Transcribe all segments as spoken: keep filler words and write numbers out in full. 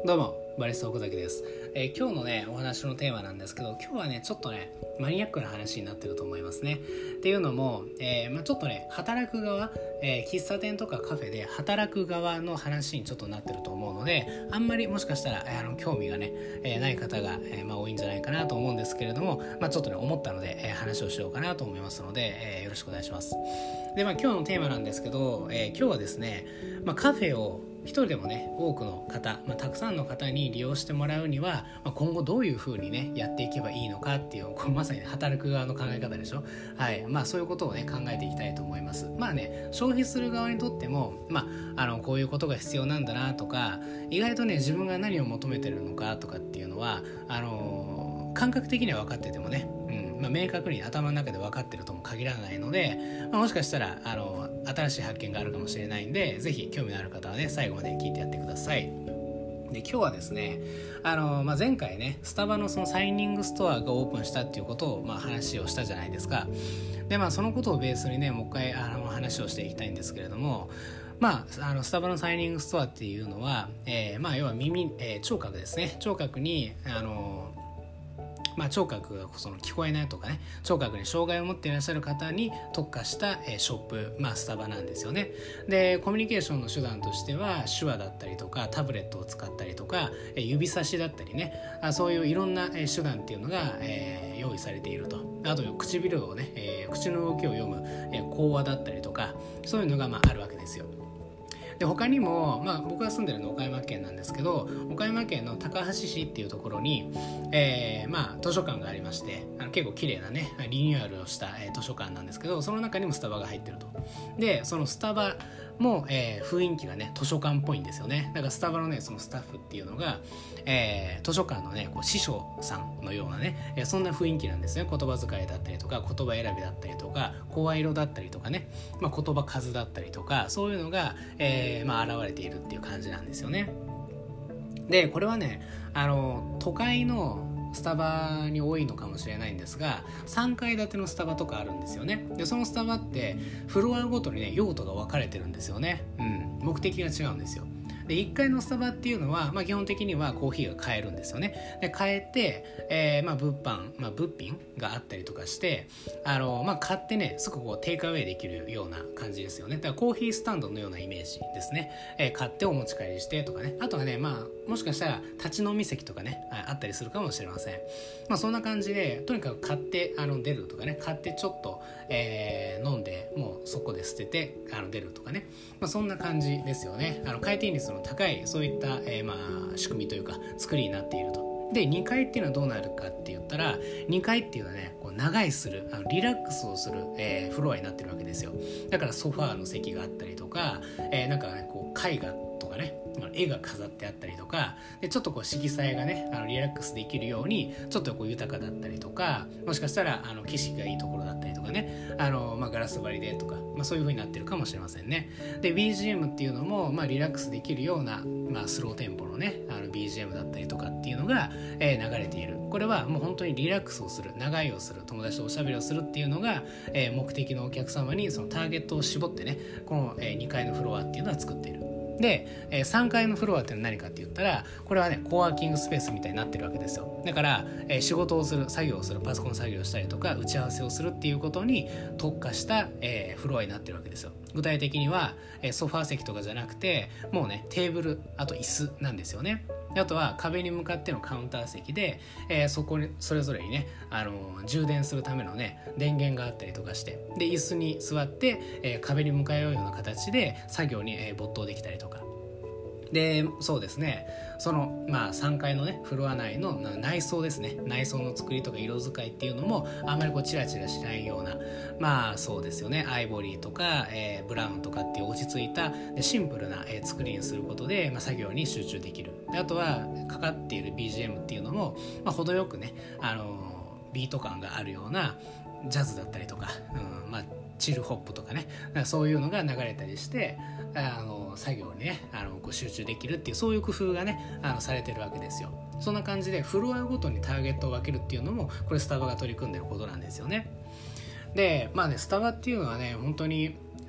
どうもバリスタ奥崎です、えー、今日のねお話のテーマなんですけど、今日はねちょっとねマニアックな話になってると思いますね。っていうのも、えーまあ、ちょっとね働く側、えー、喫茶店とかカフェで働く側の話にちょっとなってると思うので、あんまりもしかしたら、えー、あの興味がね、えー、ない方が、えーまあ、多いんじゃないかなと思うんですけれども、まあ、ちょっとね思ったので、えー、話をしようかなと思いますので、えー、よろしくお願いします。で、まあ、今日のテーマなんですけど、えー、今日はですね、まあ、カフェを一人でもね多くの方、まあ、たくさんの方に利用してもらうには、まあ、今後どういう風にねやっていけばいいのかっていう、これまさに、ね、働く側の考え方でしょ。はい、まあそういうことをね考えていきたいと思います。まあね消費する側にとっても、まああのこういうことが必要なんだなとか、意外とね自分が何を求めてるのかとかっていうのはあのー、感覚的には分かっててもね、うんまあ、明確に頭の中で分かってるとも限らないので、まあ、もしかしたらあの新しい発見があるかもしれないんで、ぜひ興味のある方はね最後まで聞いてやってください。で今日はですねあの、まあ、前回ねスタバのそのサイニングストアがオープンしたっていうことを、まあ、話をしたじゃないですか。でまあそのことをベースにねもう一回あの話をしていきたいんですけれども、まあ、あのスタバのサイニングストアっていうのは、えーまあ、要は耳、えー、聴覚ですね。聴覚にあのまあ、聴覚がその聞こえないとかね、聴覚に障害を持っていらっしゃる方に特化した、えー、ショップ、まあ、スタバなんですよね。でコミュニケーションの手段としては手話だったりとかタブレットを使ったりとか、えー、指差しだったりね、あそういういろんな、えー、手段っていうのが、えー、用意されていると。あと唇をね、えー、口の動きを読む、えー、口話だったりとか、そういうのが、まあ、あるわけですよ。で他にも、まあ、僕が住んでるのは岡山県なんですけど、岡山県の高梁市っていうところに、えーまあ、図書館がありまして、あの結構綺麗なねリニューアルをした、えー、図書館なんですけど、その中にもスタバが入ってると。でそのスタバも、えー、雰囲気がね図書館っぽいんですよね。だからスタバのねそのスタッフっていうのが、えー、図書館のねこう師匠さんのようなね、えー、そんな雰囲気なんですね。言葉遣いだったりとか言葉選びだったりとか声色だったりとかね、まあ、言葉数だったりとか、そういうのが、えーまあ、現れているっていう感じなんですよね。でこれはねあの都会のスタバに多いのかもしれないんですが、さんかい建てのスタバとかあるんですよね。でそのスタバってフロアごとにね用途が分かれてるんですよね。うん、目的が違うんですよ。でいっかいのスタバっていうのは、まあ、基本的にはコーヒーが買えるんですよね。で買えて、えーまあ、物販、まあ、物品があったりとかして、あの、まあ、買ってねすぐこうテイクアウェイできるような感じですよね。だからコーヒースタンドのようなイメージですね。えー、買ってお持ち帰りしてとかね、あとはね、まあ、もしかしたら立ち飲み席とかねあったりするかもしれません。まあ、そんな感じでとにかく買ってあの出るとかね、買ってちょっと、えー、飲んでもうそこで捨ててあの出るとかね、まあ、そんな感じですよね。あの回転率の高いそういった、えー、まあ仕組みというか作りになっていると。でにかいっていうのはどうなるかって言ったら、にかいっていうのはねこう長居するあのリラックスをする、えー、フロアになってるわけですよ。だからソファーの席があったりとか、えー、なんか、ね、こう絵画とかね絵が飾ってあったりとかで、ちょっとこう色彩がねあのリラックスできるようにちょっとこう豊かだったりとか、もしかしたらあの景色がいいところだったりとかね、あの、まあ、ガラス張りでとか、まあ、そういう風になってるかもしれませんね。で ビージーエム っていうのも、まあ、リラックスできるような、まあ、スローテンポのねあの ビージーエム だったりとかっていうのが、えー、流れている。これはもう本当にリラックスをする、長居をする、友達とおしゃべりをするっていうのが、えー、目的のお客様にそのターゲットを絞ってねこの、えー、にかいのフロアっていうのは作っている。で、えー、さんがいのフロアって何かって言ったら、これはねコワーキングスペースみたいになってるわけですよ。だから、えー、仕事をする、作業をする、パソコン作業をしたりとか打ち合わせをするっていうことに特化した、えー、フロアになってるわけですよ。具体的には、えー、ソファー席とかじゃなくてもうねテーブル、あと椅子なんですよね。あとは壁に向かってのカウンター席で、えー、そこにそれぞれにね、あのー、充電するためのね電源があったりとかして、で椅子に座って、えー、壁に向かうような形で作業に、えー、没頭できたりとかで、そうですね、その、まあ、さんがいのねフロア内の内装ですね、内装の作りとか色使いっていうのもあんまりこうチラチラしないような、まあそうですよね、アイボリーとか、えー、ブラウンとかっていう落ち着いたでシンプルな、えー、作りにすることで、まあ、作業に集中できる。であとはかかっている ビージーエム っていうのも、まあ、程よくね、あのー、ビート感があるようなジャズだったりとか、うん、まあチルホップとかね、そういうのが流れたりしてあの作業にねあのこう集中できるっていう、そういう工夫がねあのされてるわけですよ。そんな感じでフロアごとにターゲットを分けるっていうのもこれスタバが取り組んでることなんですよね。でまあねスタバっていうのはね本当に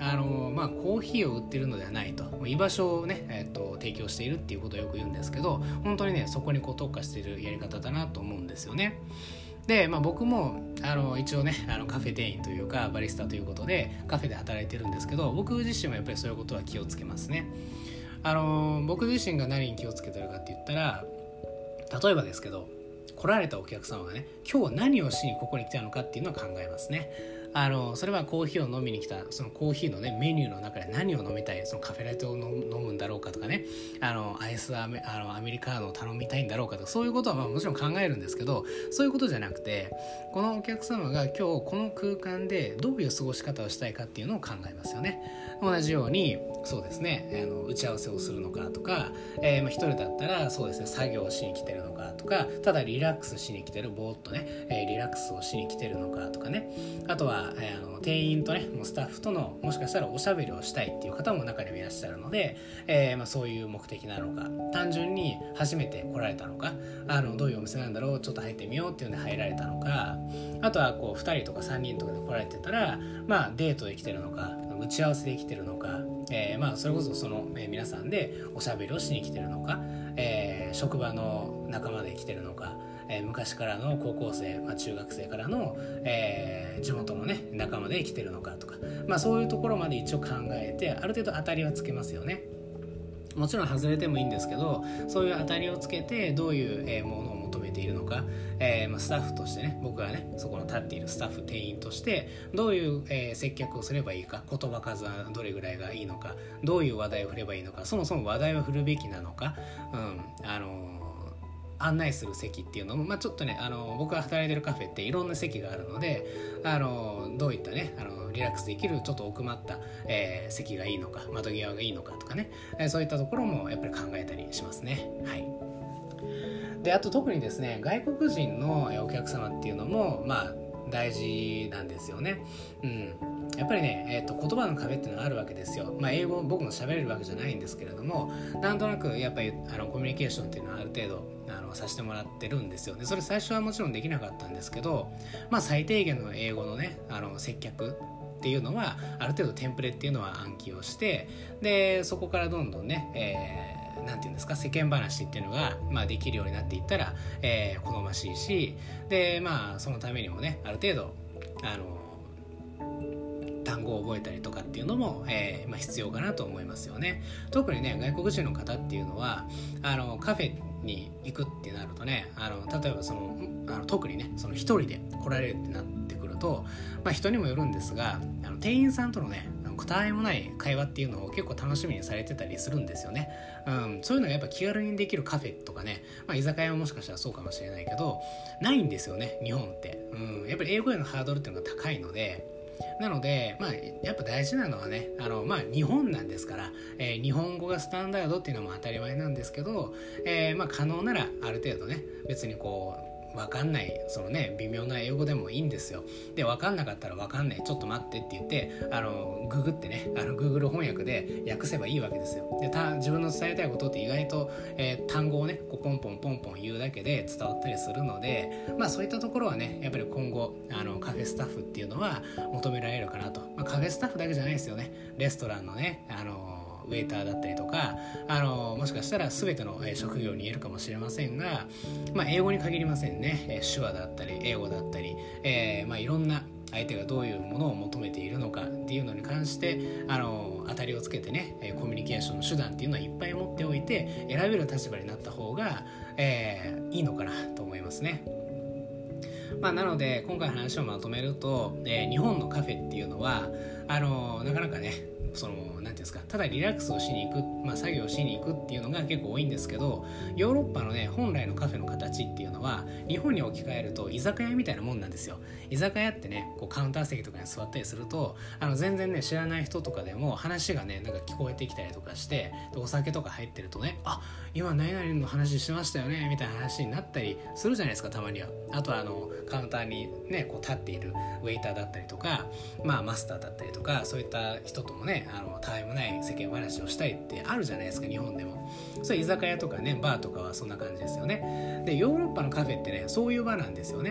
あのまあコーヒーを売ってるのではないと、居場所をね、えー、と提供しているっていうことをよく言うんですけど、本当にねそこにこう特化しているやり方だなと思うんですよね。で、まあ、僕もあの一応ねあのカフェ店員というかバリスタということでカフェで働いてるんですけど、僕自身もやっぱりそういうことは気をつけますね。あの僕自身が何に気をつけてるかって言ったら、例えばですけど、来られたお客様がね今日何をしにここに来たのかっていうのを考えますね。あのそれはコーヒーを飲みに来た、そのコーヒーのねメニューの中で何を飲みたい、そのカフェラテを飲むんだろうかとかね、あのアイスアメあのアメリカーノを頼みたいんだろうかとか、そういうことはまあもちろん考えるんですけど、そういうことじゃなくて、このお客様が今日この空間でどういう過ごし方をしたいかっていうのを考えますよね。同じようにそうですね、あの打ち合わせをするのかとか、えー、まあ一人だったらそうですね作業をしに来てるのかとか、ただリラックスしに来てる、ぼーっとね、えー、リラックスをしに来てるのかとかね、あとは、えー、あの店員とねもうスタッフとのもしかしたらおしゃべりをしたいっていう方も中にもいらっしゃるので、えーまあ、そういう目的なのか、単純に初めて来られたのか、あのどういうお店なんだろうちょっと入ってみようっていうので入られたのか、あとはこうふたりとかさんにんとかで来られてたら、まあデートで来てるのか、打ち合わせで来てるのか、えー、まあそれこそその、えー、皆さんでおしゃべりをしに来てるのか、えー、職場の仲間で来てるのか、えー、昔からの高校生、まあ、中学生からの、えー、地元のね仲間で来てるのかとか、まあそういうところまで一応考えて、ある程度当たりはつけますよね。もちろん外れてもいいんですけど、そういう当たりをつけてどういうものを求めているのか、えーまあ、スタッフとしてね、僕がねそこの立っているスタッフ店員としてどういう、えー、接客をすればいいか、言葉数はどれぐらいがいいのか、どういう話題を振ればいいのか、そもそも話題を振るべきなのか、うんあのー案内する席っていうのも、まあ、ちょっとねあの僕が働いてるカフェっていろんな席があるので、あのどういったねあのリラックスできるちょっと奥まった、えー、席がいいのか、窓際がいいのかとかね、えー、そういったところもやっぱり考えたりしますね。はい。であと特にですね外国人のお客様っていうのもまあ大事なんですよね。うん、やっぱりね、えーと、言葉の壁っていうのがあるわけですよ。まあ、英語僕も喋れるわけじゃないんですけれども、なんとなくやっぱりあのコミュニケーションっていうのはある程度あのさせてもらってるんですよね。それ最初はもちろんできなかったんですけど、まあ、最低限の英語のねあの接客っていうのはある程度テンプレっていうのは暗記をして、でそこからどんどんね、えー、なんていうんですか、世間話っていうのが、まあ、できるようになっていったら、えー、好ましいし、でまあそのためにもねある程度あの単語を覚えたりとかっていうのも、えーまあ、必要かなと思いますよね。特にね外国人の方っていうのはあのカフェに行くってなるとね、あの例えばそのあの特にねその一人で来られるってなってくると、まあ、人にもよるんですが、あの店員さんとのねたわいもない会話っていうのを結構楽しみにされてたりするんですよね。うん、そういうのがやっぱ気軽にできるカフェとかね、まあ、居酒屋ももしかしたらそうかもしれないけどないんですよね日本って、うん、やっぱり英語へのハードルっていうのが高いので、なので、まあ、やっぱ大事なのはねあの、まあ、日本なんですから、えー、日本語がスタンダードっていうのも当たり前なんですけど、えーまあ、可能ならある程度ね別にこう分かんないそのね微妙な英語でもいいんですよ。で分かんなかったら分かんないちょっと待ってって言ってあのググってねあの Google 翻訳で訳せばいいわけですよ。でた自分の伝えたいことって意外と、えー、単語をねこうポンポンポンポン言うだけで伝わったりするので、まあそういったところはねやっぱり今後あのカフェスタッフっていうのは求められるかなと、まあ、カフェスタッフだけじゃないですよね。レストランのねあのウェイターだったりとかあのもしかしたら全ての、えー、職業に言えるかもしれませんが、まあ、英語に限りませんね、えー、手話だったり英語だったり、えーまあ、いろんな相手がどういうものを求めているのかっていうのに関してあの当たりをつけてねコミュニケーションの手段っていうのはいっぱい持っておいて選べる立場になった方が、えー、いいのかなと思いますね。まあ、なので今回の話をまとめると、えー、日本のカフェっていうのはあのなかなかねそのなんていうんですか、ただリラックスをしに行く、まあ、作業をしに行くっていうのが結構多いんですけど、ヨーロッパのね本来のカフェの形っていうのは日本に置き換えると居酒屋みたいなもんなんですよ。居酒屋ってねこうカウンター席とかに座ったりするとあの全然ね知らない人とかでも話がねなんか聞こえてきたりとかして、お酒とか入ってるとねあ今何々の話してましたよねみたいな話になったりするじゃないですか、たまには。あとはあのカウンターにねこう立っているウェイターだったりとか、まあマスターだったりとかそういった人ともねあのたわいもない世間話をしたいってあるじゃないですか日本でも。そういう居酒屋とかねバーとかはそんな感じですよね。でヨーロッパのカフェってねそういう場なんですよね。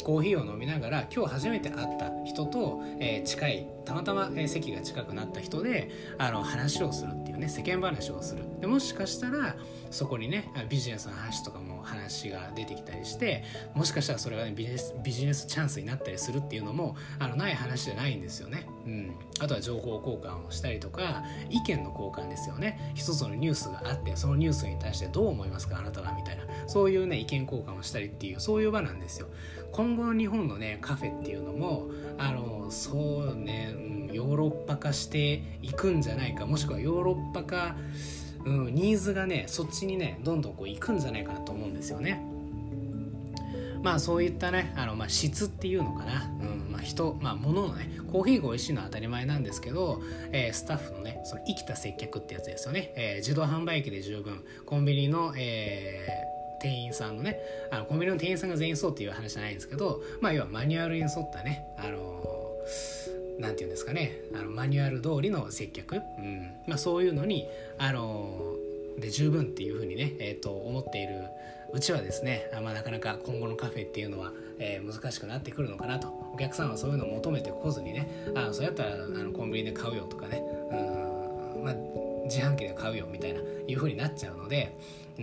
コーヒーを飲みながら今日初めて会った人と、えー、近いたまたま、えー、席が近くなった人であの話をするっていうね、世間話をする。でもしかしたらそこにねビジネスの話とかも話が出てきたりして、もしかしたらそれがねビジネス、ビジネスチャンスになったりするっていうのもあのない話じゃないんですよね。うん、あとは情報交換をしたりとか意見の交換ですよね。一つのニュースがあってそのニュースに対してどう思いますかあなたはみたいな、そういうね意見交換をしたりっていうそういう場なんですよ。今後の日本のねカフェっていうのもあのそうね、うん、ヨーロッパ化していくんじゃないか、もしくはヨーロッパ化、うん、ニーズがねそっちにねどんどんこういくんじゃないかなと思うんですよね。まあそういったねあの、まあ、質っていうのかな、うんまあ、人、まあ、物のねコーヒーが美味しいのは当たり前なんですけど、えー、スタッフのねその生きた接客ってやつですよね、えー、自動販売機で十分、コンビニの、えー、店員さんのねあのコンビニの店員さんが全員そうっていう話じゃないんですけど、まあ要はマニュアルに沿ったねあのー、なんていうんですかねあのマニュアル通りの接客、うんまあ、そういうのにあのー、で十分っていうふうにね、えー、と思っているうちはですね、まあ、なかなか今後のカフェっていうのは、えー、難しくなってくるのかなと。お客さんはそういうのを求めてこずにね、あそうやったらあのコンビニで買うよとかね、うん、まあ、自販機で買うよみたいないう風になっちゃうので、うん、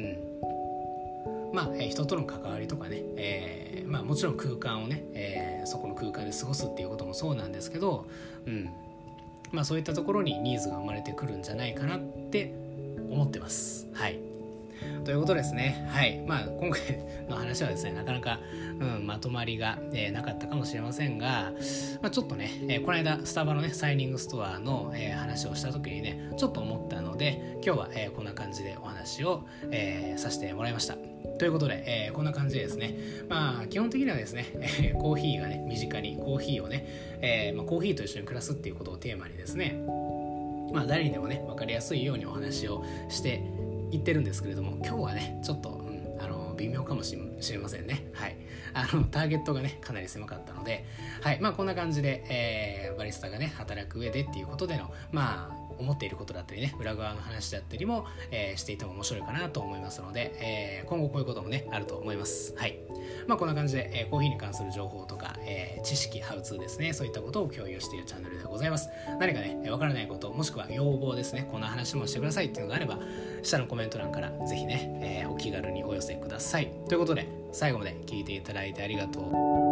まあ、えー、人との関わりとかね、えーまあ、もちろん空間をね、えー、そこの空間で過ごすっていうこともそうなんですけど、うんまあ、そういったところにニーズが生まれてくるんじゃないかなって思ってます。はいということですね。はい。まあ今回の話はですね、なかなか、うん、まとまりが、えー、なかったかもしれませんが、まあ、ちょっとね、えー、この間スタバのねサイニングストアの、えー、話をした時にね、ちょっと思ったので、今日は、えー、こんな感じでお話を、えー、させてもらいました。ということで、えー、こんな感じでですね、まあ基本的にはですね、えー、コーヒーがね身近にコーヒーをね、えーまあ、コーヒーと一緒に暮らすっていうことをテーマにですね、まあ誰にでもね分かりやすいようにお話をして言ってるんですけれども、今日はねちょっと、うん、あの微妙かもしれませんね。はい、あのターゲットがねかなり狭かったので、はいまあこんな感じで、えー、バリスタがね働く上でっていうことでのまあ思っていることだったりね裏側の話だったりも、えー、していても面白いかなと思いますので、えー、今後こういうこともねあると思います。はいまあこんな感じで、えー、コーヒーに関する情報とか、えー、知識ハウツーですね、そういったことを共有しているチャンネルでございます。何かねわからないこともしくは要望ですね、こんな話もしてくださいっていうのがあれば下のコメント欄からぜひね、えー、お気軽にお寄せください。ということで最後まで聞いていただいてありがとう